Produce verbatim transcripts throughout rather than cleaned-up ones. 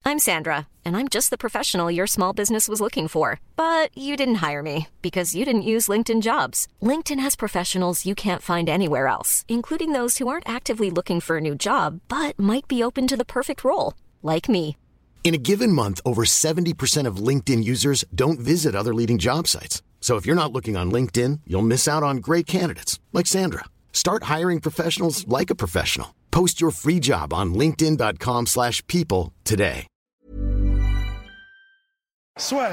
I'm Sandra, and I'm just the professional your small business was looking for. But you didn't hire me because you didn't use LinkedIn Jobs. LinkedIn has professionals you can't find anywhere else, including those who aren't actively looking for a new job, but might be open to the perfect role, like me. In a given month, over seventy percent of LinkedIn users don't visit other leading job sites. So if you're not looking on LinkedIn, you'll miss out on great candidates like Sandra. Start hiring professionals like a professional. Post your free job on linkedin.com slash people today. Soit.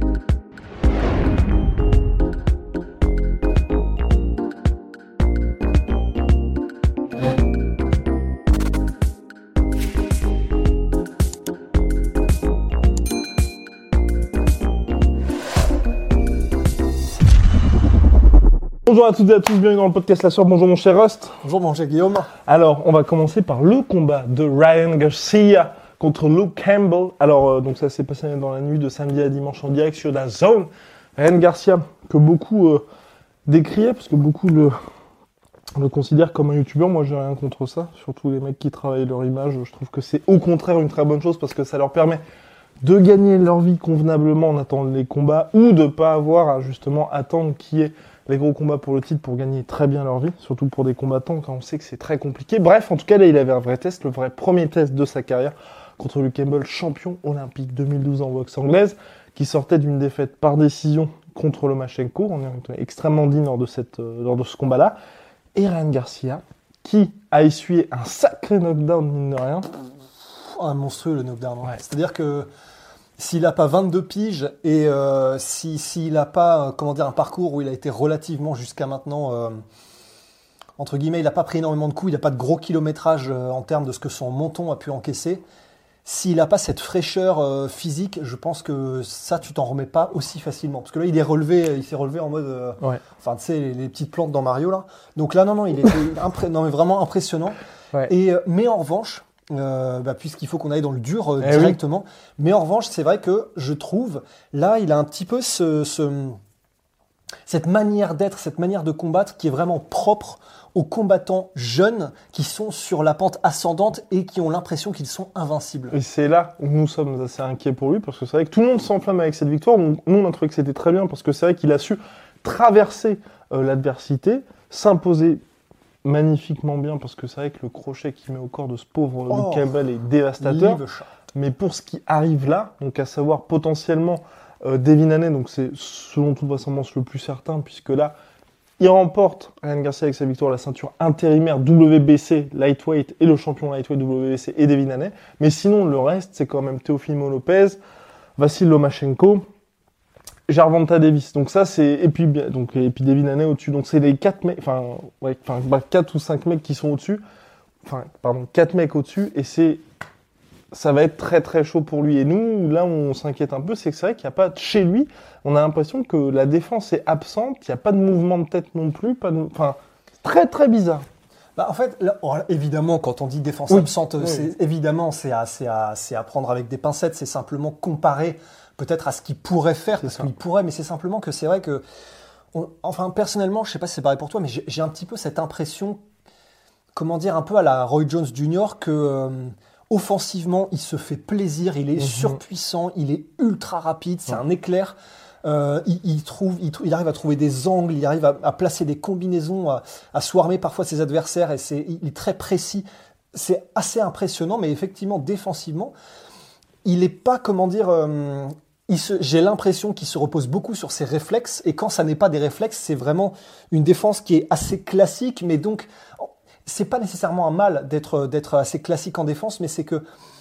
Bonjour à toutes et à tous, bienvenue dans le podcast La Soeur. Bonjour mon cher Rust. Bonjour mon cher Guillaume. Alors, on va commencer par le combat de Ryan Garcia contre Luke Campbell. Alors, euh, donc ça s'est passé dans la nuit de samedi à dimanche en direct sur DAZN. Ryan Garcia, que beaucoup euh, décriaient, parce que beaucoup le, le considèrent comme un youtubeur. Moi, j'ai rien contre ça. Surtout les mecs qui travaillent leur image. Je trouve que c'est au contraire une très bonne chose parce que ça leur permet de gagner leur vie convenablement en attendant les combats ou de pas avoir à justement attendre qu'il y ait les gros combats pour le titre pour gagner très bien leur vie, surtout pour des combattants quand on sait que c'est très compliqué. Bref, en tout cas, là, il avait un vrai test, le vrai premier test de sa carrière contre Luke Campbell, champion olympique deux mille douze en boxe anglaise, qui sortait d'une défaite par décision contre Lomachenko. On est extrêmement digne lors de, cette, euh, lors de ce combat-là. Et Ryan Garcia, qui a essuyé un sacré knockdown, mine de rien. Un monstrueux, le knockdown. Ouais. C'est-à-dire que s'il n'a pas vingt-deux piges et euh, si, s'il n'a pas euh, comment dire, un parcours où il a été relativement jusqu'à maintenant, euh, entre guillemets, il n'a pas pris énormément de coups, il n'a pas de gros kilométrage euh, en termes de ce que son menton a pu encaisser, s'il n'a pas cette fraîcheur euh, physique, je pense que ça, tu t'en remets pas aussi facilement. Parce que là, il est relevé, il s'est relevé en mode, euh, Ouais. enfin, tu sais, les, les petites plantes dans Mario, là. Donc là, non, non, il était impré- non, mais vraiment impressionnant. Ouais. Et, euh, mais en revanche, Euh, bah, puisqu'il faut qu'on aille dans le dur euh, Eh directement. Oui. Mais en revanche, c'est vrai que je trouve, là, il a un petit peu ce, ce, cette manière d'être, cette manière de combattre qui est vraiment propre aux combattants jeunes qui sont sur la pente ascendante et qui ont l'impression qu'ils sont invincibles. Et c'est là où nous sommes assez inquiets pour lui, parce que c'est vrai que tout le monde s'enflamme avec cette victoire. Nous, on a trouvé que c'était très bien, parce que c'est vrai qu'il a su traverser euh, l'adversité, s'imposer magnifiquement bien, parce que c'est vrai que le crochet qu'il met au corps de ce pauvre Oh, Luke Campbell est dévastateur. Live shot. Mais pour ce qui arrive là, donc à savoir potentiellement euh, Devin Haney, donc c'est selon toute vraisemblance le plus certain, puisque là, il remporte Ryan Garcia avec sa victoire la ceinture intérimaire W B C lightweight et le champion lightweight W B C et Devin Haney. Mais sinon, le reste, c'est quand même Teofimo Lopez, Vassil Lomachenko, Gervonta Davis. Donc ça, c'est et puis donc et puis Devin Haney au-dessus. Donc c'est les quatre mecs, enfin ouais, enfin bah, quatre ou cinq mecs qui sont au-dessus. Enfin pardon, quatre mecs au-dessus et c'est ça va être très très chaud pour lui. Et nous, là, on s'inquiète un peu, c'est que c'est vrai qu'il n'y a pas chez lui. On a l'impression que la défense est absente. Il n'y a pas de mouvement de tête non plus. Pas de, enfin très très bizarre. Bah, en fait, là, oh, évidemment, quand on dit défense Oui. absente, Oui. c'est, évidemment, c'est à, c'est, à, c'est à prendre avec des pincettes. C'est simplement comparer peut-être à ce qu'il pourrait faire, C'est parce ça. qu'il pourrait, mais c'est simplement que c'est vrai que, on, enfin, personnellement, je sais pas si c'est pareil pour toi, mais j'ai, j'ai un petit peu cette impression, comment dire, un peu à la Roy Jones junior, que euh, offensivement, il se fait plaisir, il est Mhm. surpuissant, il est ultra rapide, c'est un éclair. Euh, il, il, trouve, il, trou- il arrive à trouver des angles, il arrive à, à placer des combinaisons, à, à swarmer parfois ses adversaires, et c'est, il est très précis. C'est assez impressionnant, mais effectivement, défensivement, il n'est pas, comment dire, euh, il se, j'ai l'impression qu'il se repose beaucoup sur ses réflexes, et quand ça n'est pas des réflexes, c'est vraiment une défense qui est assez classique, mais donc, c'est pas nécessairement un mal d'être, d'être assez classique en défense, mais c'est que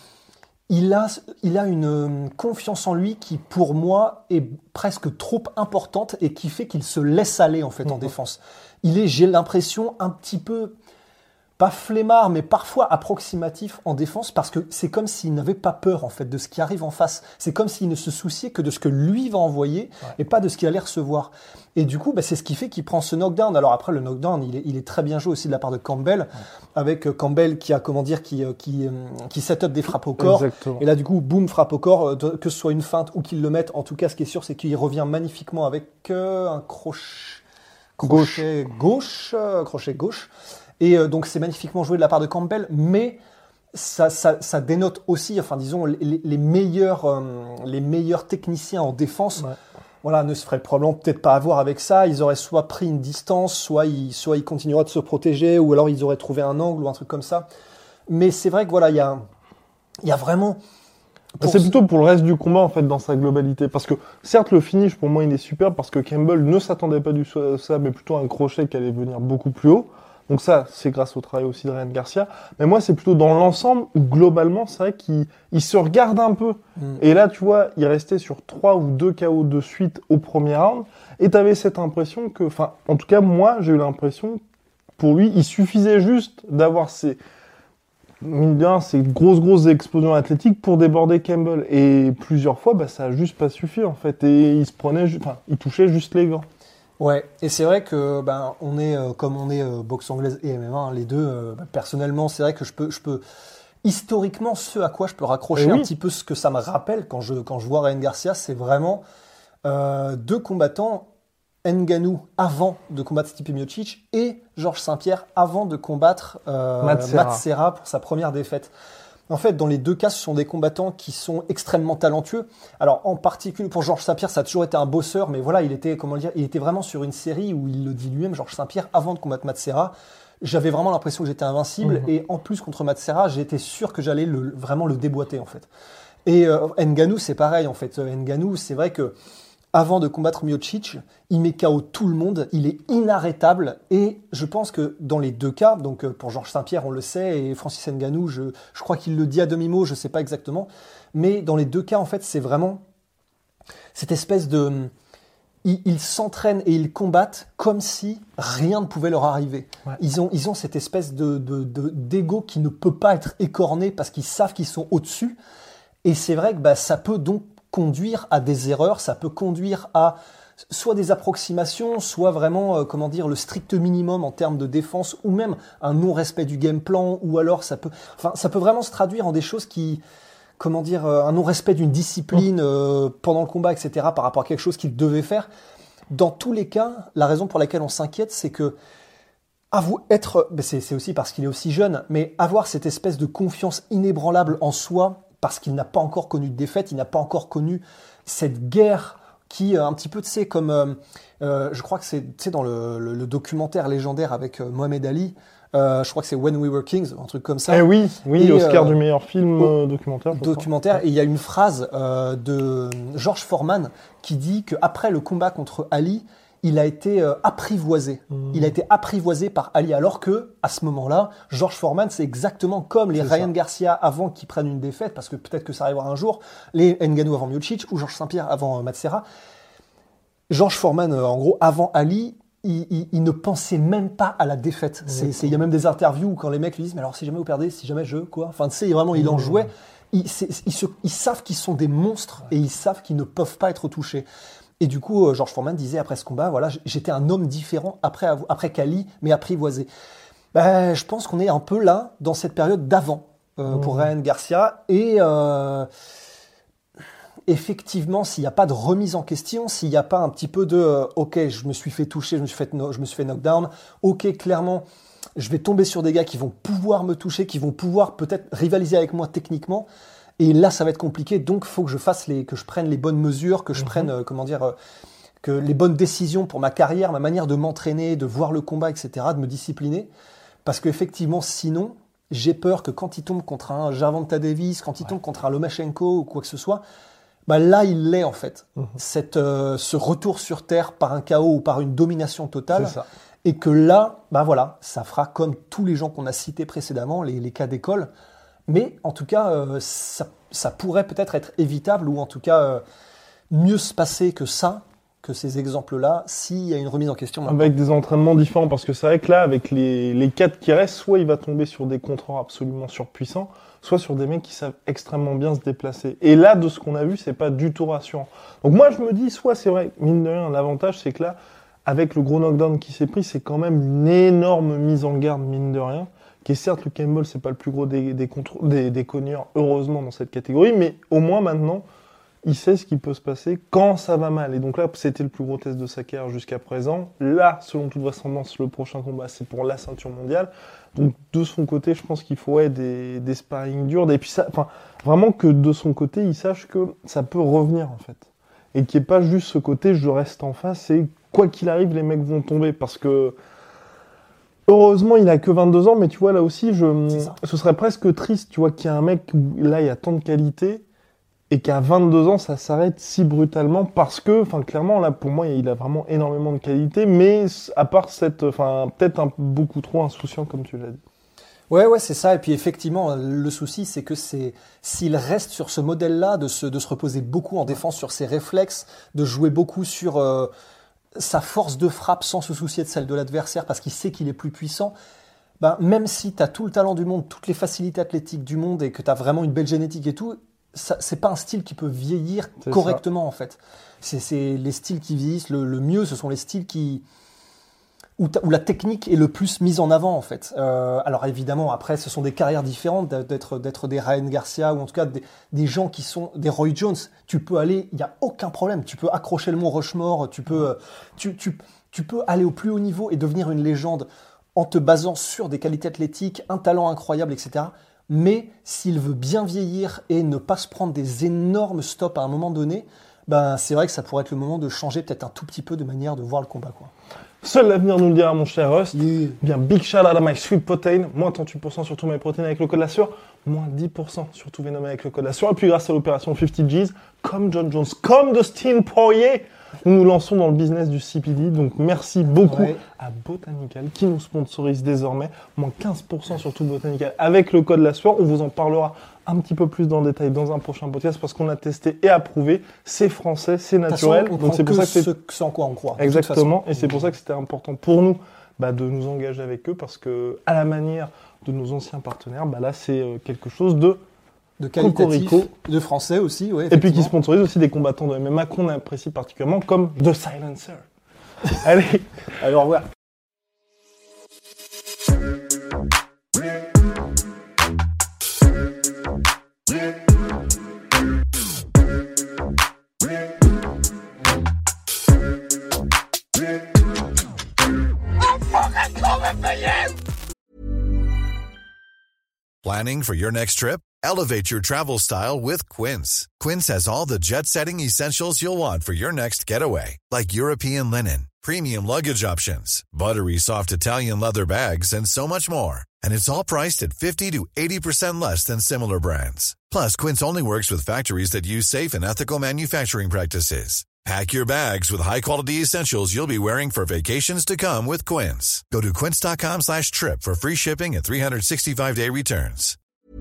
il a, il a une confiance en lui qui, pour moi, est presque trop importante et qui fait qu'il se laisse aller, en fait, en Mhm. défense. Il est, j'ai l'impression, un petit peu, pas flemmard, mais parfois approximatif en défense, parce que c'est comme s'il n'avait pas peur, en fait, de ce qui arrive en face. C'est comme s'il ne se souciait que de ce que lui va envoyer, Ouais. et pas de ce qu'il allait recevoir. Et du coup, bah, c'est ce qui fait qu'il prend ce knockdown. Alors après, le knockdown, il est, il est très bien joué aussi de la part de Campbell, ouais. avec euh, Campbell qui a, comment dire, qui, euh, qui, euh, qui set up des frappes au corps. Exactement. Et là, du coup, boum, frappe au corps, euh, que ce soit une feinte ou qu'il le mette. En tout cas, ce qui est sûr, c'est qu'il revient magnifiquement avec euh, un crochet crochet gauche, euh, crochet gauche. Et euh, donc, c'est magnifiquement joué de la part de Campbell, mais ça, ça, ça dénote aussi, enfin disons, les, les meilleurs, euh, les meilleurs techniciens en défense. Ouais. Voilà, ne se feraient probablement peut-être pas avoir avec ça. Ils auraient soit pris une distance, soit ils, soit ils continueraient de se protéger, ou alors ils auraient trouvé un angle ou un truc comme ça. Mais c'est vrai que voilà, il y a, il y a vraiment. C'est plutôt pour le reste du combat en fait dans sa globalité, parce que certes le finish pour moi il est super parce que Campbell ne s'attendait pas du tout à ça, mais plutôt à un crochet qui allait venir beaucoup plus haut. Donc ça, c'est grâce au travail aussi de Ryan Garcia. Mais moi, c'est plutôt dans l'ensemble où, globalement, c'est vrai qu'il il se regarde un peu. Mm. Et là, tu vois, il restait sur trois ou deux K O de suite au premier round. Et t'avais cette impression que... Enfin, en tout cas, moi, j'ai eu l'impression, pour lui, il suffisait juste d'avoir ces... mine de rien, ces grosses, grosses explosions athlétiques pour déborder Campbell. Et plusieurs fois, bah, ça a juste pas suffi, en fait. Et il se prenait... Ju- enfin, il touchait juste les gants. Ouais, et c'est vrai que ben on est euh, comme on est euh, boxe anglaise et M M A, hein, les deux. Euh, ben, personnellement, c'est vrai que je peux, je peux historiquement ce à quoi je peux raccrocher oui. un petit peu ce que ça me rappelle quand je quand je vois Ryan Garcia, c'est vraiment euh, deux combattants, Ngannou avant de combattre Stipe Miocic et Georges Saint-Pierre avant de combattre euh, Matt Serra. Matt Serra pour sa première défaite. En fait, dans les deux cas, ce sont des combattants qui sont extrêmement talentueux. Alors, en particulier pour Georges Saint-Pierre, ça a toujours été un bosseur, mais voilà, il était, comment dire, il était vraiment sur une série où il le dit lui-même, Georges Saint-Pierre, avant de combattre Matt Serra. J'avais vraiment l'impression que j'étais invincible, mmh. et en plus contre Matt Serra, j'étais sûr que j'allais le, vraiment le déboîter en fait. Et euh, Ngannou, c'est pareil en fait. Ngannou, c'est vrai que avant de combattre Miocic, il met K O tout le monde, il est inarrêtable, et je pense que dans les deux cas, donc pour Georges Saint-Pierre on le sait, et Francis Ngannou, je, je crois qu'il le dit à demi-mot, je ne sais pas exactement, mais dans les deux cas en fait c'est vraiment cette espèce de... Ils, ils s'entraînent et ils combattent comme si rien ne pouvait leur arriver. Ouais. Ils ont, ils ont cette espèce de, de, de, d'ego qui ne peut pas être écorné parce qu'ils savent qu'ils sont au-dessus, et c'est vrai que bah, ça peut donc conduire à des erreurs, ça peut conduire à soit des approximations, soit vraiment, euh, comment dire, le strict minimum en termes de défense, ou même un non-respect du game plan, ou alors ça peut, enfin, ça peut vraiment se traduire en des choses qui, comment dire, euh, un non-respect d'une discipline euh, pendant le combat, et cetera, par rapport à quelque chose qu'il devait faire. Dans tous les cas, la raison pour laquelle on s'inquiète, c'est que avou- être, ben c'est, c'est aussi parce qu'il est aussi jeune, mais avoir cette espèce de confiance inébranlable en soi, parce qu'il n'a pas encore connu de défaite, il n'a pas encore connu cette guerre qui, euh, un petit peu, tu sais, comme, euh, euh, je crois que c'est, tu sais, dans le, le, le documentaire légendaire avec euh, Mohamed Ali, euh, je crois que c'est When We Were Kings, un truc comme ça. Eh oui, oui, et, Oscar euh, du meilleur film oh, euh, documentaire. Documentaire, et il y a une phrase euh, de George Foreman qui dit qu'après le combat contre Ali, il a été euh, apprivoisé. Mmh. Il a été apprivoisé par Ali, alors que à ce moment-là, George Foreman, c'est exactement comme les c'est Ryan ça. Garcia avant qu'ils prennent une défaite, parce que peut-être que ça arrivera un jour, les Ngannou avant Miocic ou Georges Saint-Pierre avant euh, Matt Serra. George Foreman, euh, en gros, avant Ali, il, il, il ne pensait même pas à la défaite. C'est, c'est, il y a même des interviews où quand les mecs lui disent « Mais alors, si jamais vous perdez, si jamais je, quoi ?» Enfin, tu sais, vraiment, il en jouait. Ils, ils, se, ils savent qu'ils sont des monstres et ils savent qu'ils ne peuvent pas être touchés. Et du coup, euh, George Foreman disait après ce combat, voilà, j'étais un homme différent après, après qu'Ali, mais apprivoisé. Ben, je pense qu'on est un peu là, dans cette période d'avant, euh, mmh. pour Ryan Garcia. Et euh, effectivement, s'il n'y a pas de remise en question, s'il n'y a pas un petit peu de euh, « Ok, je me suis fait toucher, je me suis fait, no- je me suis fait knockdown. Ok, clairement, je vais tomber sur des gars qui vont pouvoir me toucher, qui vont pouvoir peut-être rivaliser avec moi techniquement. » Et là, ça va être compliqué, donc il faut que je fasse les, que je prenne les bonnes mesures, que je mmh. prenne, euh, comment dire, euh, que les bonnes décisions pour ma carrière, ma manière de m'entraîner, de voir le combat, et cetera, de me discipliner. Parce qu'effectivement, sinon, j'ai peur que quand il tombe contre un Gervonta Davis, quand il ouais. tombe contre un Lomachenko ou quoi que ce soit, bah là, il l'est en fait. Mmh. Cette, euh, ce retour sur terre par un K O ou par une domination totale. C'est ça. Et que là, bah voilà, ça fera comme tous les gens qu'on a cités précédemment, les, les cas d'école. Mais en tout cas, euh, ça, ça pourrait peut-être être évitable, ou en tout cas euh, mieux se passer que ça, que ces exemples-là, s'il y a une remise en question. Maintenant. Avec des entraînements différents, parce que c'est vrai que là, avec les, les quatre qui restent, soit il va tomber sur des contreurs absolument surpuissants, soit sur des mecs qui savent extrêmement bien se déplacer. Et là, de ce qu'on a vu, c'est pas du tout rassurant. Donc moi, je me dis, soit c'est vrai, mine de rien, l'avantage, c'est que là, avec le gros knockdown qui s'est pris, c'est quand même une énorme mise en garde, mine de rien. Qui est certes, le Campbell, c'est pas le plus gros des, des, contr- des, des cogneurs, heureusement, dans cette catégorie, mais au moins maintenant, il sait ce qui peut se passer quand ça va mal. Et donc là, c'était le plus gros test de sa carrière jusqu'à présent. Là, selon toute vraisemblance, le prochain combat, c'est pour la ceinture mondiale. Donc de son côté, je pense qu'il faut ouais, des, des sparring durs. Et puis ça, enfin, vraiment que de son côté, il sache que ça peut revenir en fait. Et qu'il n'y ait pas juste ce côté, je reste en face et quoi qu'il arrive, les mecs vont tomber. Parce que heureusement, il a que vingt-deux ans, mais tu vois, là aussi, je, ce serait presque triste, tu vois, qu'il y ait un mec où là, il y a tant de qualité. Et qu'à vingt-deux ans, ça s'arrête si brutalement parce que, enfin, clairement, là, pour moi, il a vraiment énormément de qualité, mais à part cette, enfin, peut-être un beaucoup trop insouciant, comme tu l'as dit. Ouais, ouais, c'est ça. Et puis, effectivement, le souci, c'est que c'est, s'il reste sur ce modèle-là, de se, de se reposer beaucoup en défense sur ses réflexes, de jouer beaucoup sur euh, sa force de frappe sans se soucier de celle de l'adversaire parce qu'il sait qu'il est plus puissant, ben, même si tu as tout le talent du monde, toutes les facilités athlétiques du monde et que tu as vraiment une belle génétique et tout, ça, c'est pas un style qui peut vieillir c'est correctement ça. En fait. C'est, c'est les styles qui vieillissent le, le mieux, ce sont les styles qui où, où la technique est le plus mise en avant en fait. Euh, alors évidemment après ce sont des carrières différentes d'être d'être des Ryan Garcia ou en tout cas des, des gens qui sont des Roy Jones. Tu peux aller, il y a aucun problème. Tu peux accrocher le mont Rushmore, tu peux tu tu tu peux aller au plus haut niveau et devenir une légende en te basant sur des qualités athlétiques, un talent incroyable, et cetera. Mais s'il veut bien vieillir et ne pas se prendre des énormes stops à un moment donné, ben c'est vrai que ça pourrait être le moment de changer peut-être un tout petit peu de manière de voir le combat, quoi. Seul l'avenir nous le dira, mon cher Rust. Yeah. Bien, big shout out à my sweet protein. Moins trente-huit pour cent sur tous mes protéines avec le code de la sueur. Moins dix pour cent sur tous mes noms avec le code de la sueur. Et puis grâce à l'opération cinquante G's, comme John Jones, comme Dustin Poirier, nous nous lançons dans le business du C P D. Donc merci beaucoup ouais. à Botanical qui nous sponsorise désormais. Moins quinze pour cent sur tout Botanical avec le code de la sueur. On vous en parlera un petit peu plus dans le détail dans un prochain podcast parce qu'on a testé et approuvé. C'est français, c'est naturel. Façon, donc c'est pour que ça que c'est ce, ce en quoi on croit. Exactement. Et c'est pour ça que c'était important pour nous bah, de nous engager avec eux parce que à la manière de nos anciens partenaires, bah là c'est euh, quelque chose de de qualitatif, Cocorico. De français aussi, ouais. Et puis qui sponsorise aussi des combattants de M M A qu'on apprécie particulièrement comme The Silencer. Allez, allez, au revoir. Planning for your next trip? Elevate your travel style with Quince. Quince has all the jet-setting essentials you'll want for your next getaway, like European linen, premium luggage options, buttery soft Italian leather bags, and so much more. And it's all priced at fifty to eighty percent less than similar brands. Plus, Quince only works with factories that use safe and ethical manufacturing practices. Pack your bags with high-quality essentials you'll be wearing for vacations to come with Quince. Go to quince.com slash trip for free shipping and three sixty-five day returns.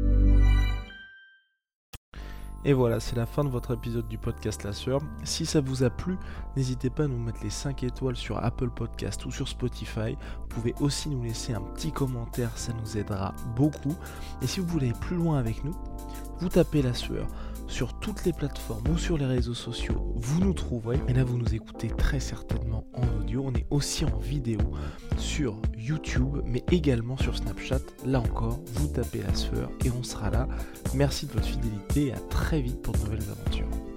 Et voilà, c'est la fin de votre épisode du podcast La Sueur. Si ça vous a plu, n'hésitez pas à nous mettre les cinq étoiles sur Apple Podcast ou sur Spotify. Vous pouvez aussi nous laisser un petit commentaire, ça nous aidera beaucoup. Et si vous voulez aller plus loin avec nous, vous tapez La Sueur sur toutes les plateformes ou sur les réseaux sociaux, vous nous trouverez. Et là, vous nous écoutez très certainement en audio. On est aussi en vidéo sur YouTube, mais également sur Snapchat. Là encore, vous tapez La Sueur et on sera là. Merci de votre fidélité et à très vite pour de nouvelles aventures.